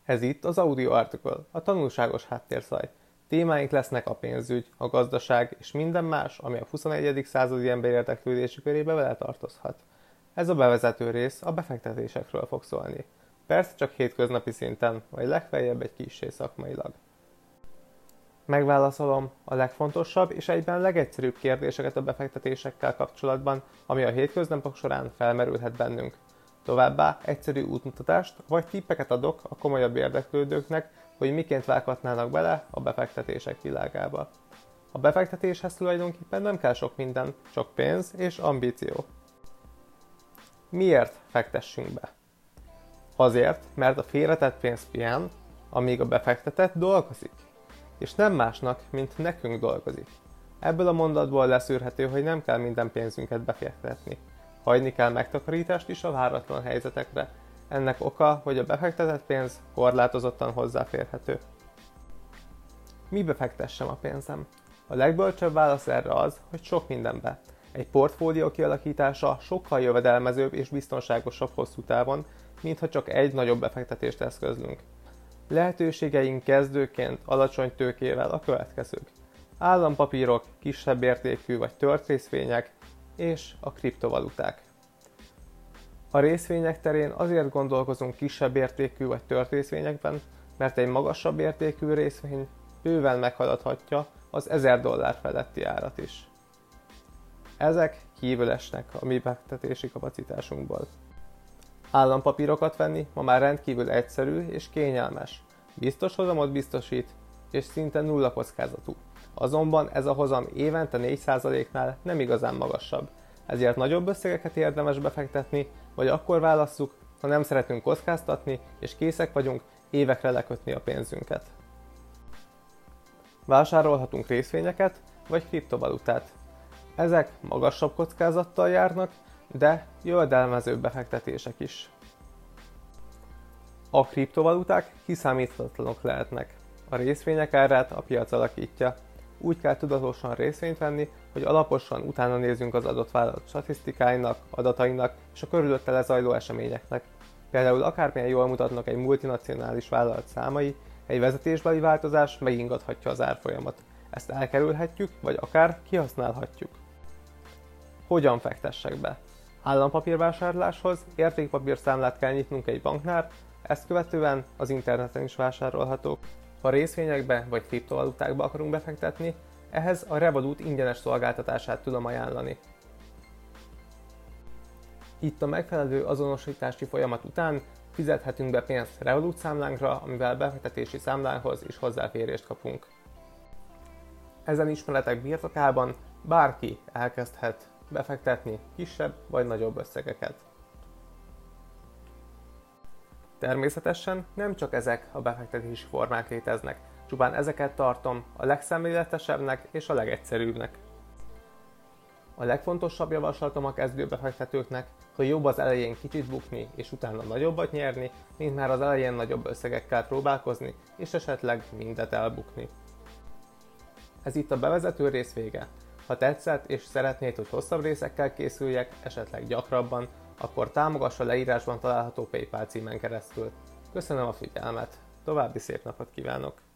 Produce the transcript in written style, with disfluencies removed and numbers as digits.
Ez itt az Audio Article, a tanulságos háttérszaj. Témáink lesznek a pénzügy, a gazdaság és minden más, ami a 21. századi ember érdeklődési körébe vele tartozhat. Ez a bevezető rész a befektetésekről fog szólni. Persze csak hétköznapi szinten, vagy legfeljebb egy kissé szakmailag. Megválaszolom a legfontosabb és egyben legegyszerűbb kérdéseket a befektetésekkel kapcsolatban, ami a hétköznapok során felmerülhet bennünk. Továbbá egyszerű útmutatást vagy tippeket adok a komolyabb érdeklődőknek, hogy miként vághatnának bele a befektetések világába. A befektetéshez tulajdonképpen nem kell sok minden, csak pénz és ambíció. Miért fektessünk be? Azért, mert a félretett pénz pihen, amíg a befektetett dolgozik. És nem másnak, mint nekünk dolgozik. Ebből a mondatból leszűrhető, hogy nem kell minden pénzünket befektetni. Hagyni kell megtakarítást is a váratlan helyzetekre. Ennek oka, hogy a befektetett pénz korlátozottan hozzáférhető. Mibe fektessem a pénzem? A legbölcsebb válasz erre az, hogy sok mindenbe. Egy portfólió kialakítása sokkal jövedelmezőbb és biztonságosabb hosszú távon, mintha csak egy nagyobb befektetést eszközlünk. Lehetőségeink kezdőként alacsony tőkével a következők. Állampapírok, kisebb értékű vagy tört részvények és a kriptovaluták. A részvények terén azért gondolkozunk kisebb értékű vagy tört részvényekben, mert egy magasabb értékű részvény bőven meghaladhatja az $1000 feletti árat is. Ezek kívül esnek a mi befektetési kapacitásunkból. Állampapírokat venni ma már rendkívül egyszerű és kényelmes. Biztos hozamot biztosít, és szinte nulla kockázatú. Azonban ez a hozam évente 4%-nál nem igazán magasabb, ezért nagyobb összegeket érdemes befektetni, vagy akkor válasszuk, ha nem szeretünk kockáztatni, és készek vagyunk évekre lekötni a pénzünket. Vásárolhatunk részvényeket, vagy kriptovalutát. Ezek magasabb kockázattal járnak, de jövedelmezőbb befektetések is. A kriptovaluták kiszámíthatatlanok lehetnek. A részvények árát a piac alakítja. Úgy kell tudatosan részvényt venni, hogy alaposan utána nézzünk az adott vállalat statisztikáinak, adatainak és a körülötte lezajló eseményeknek. Például akármilyen jól mutatnak egy multinacionális vállalat számai, egy vezetésbeli változás megingathatja az árfolyamat. Ezt elkerülhetjük, vagy akár kihasználhatjuk. Hogyan fektessek be? Állampapírvásárláshoz értékpapírszámlát kell nyitnunk egy banknál, ezt követően az interneten is vásárolhatók. Ha részvényekbe vagy kriptovalutákba akarunk befektetni, ehhez a Revolut ingyenes szolgáltatását tudom ajánlani. Itt a megfelelő azonosítási folyamat után fizethetünk be pénzt Revolut számlánkra, amivel befektetési számlánkhoz is hozzáférést kapunk. Ezen ismeretek birtokában bárki elkezdhet befektetni kisebb vagy nagyobb összegeket. Természetesen nem csak ezek a befektetési formák léteznek, csupán ezeket tartom a legszemléletesebbnek és a legegyszerűbbnek. A legfontosabb javaslatom a kezdő befektetőknek, hogy jobb az elején kicsit bukni és utána nagyobbat nyerni, mint már az elején nagyobb összegekkel próbálkozni és esetleg mindet elbukni. Ez itt a bevezető rész vége. Ha tetszett és szeretnéd, hogy hosszabb részekkel készüljek, esetleg gyakrabban, akkor támogass a leírásban található PayPal címen keresztül. Köszönöm a figyelmet, további szép napot kívánok!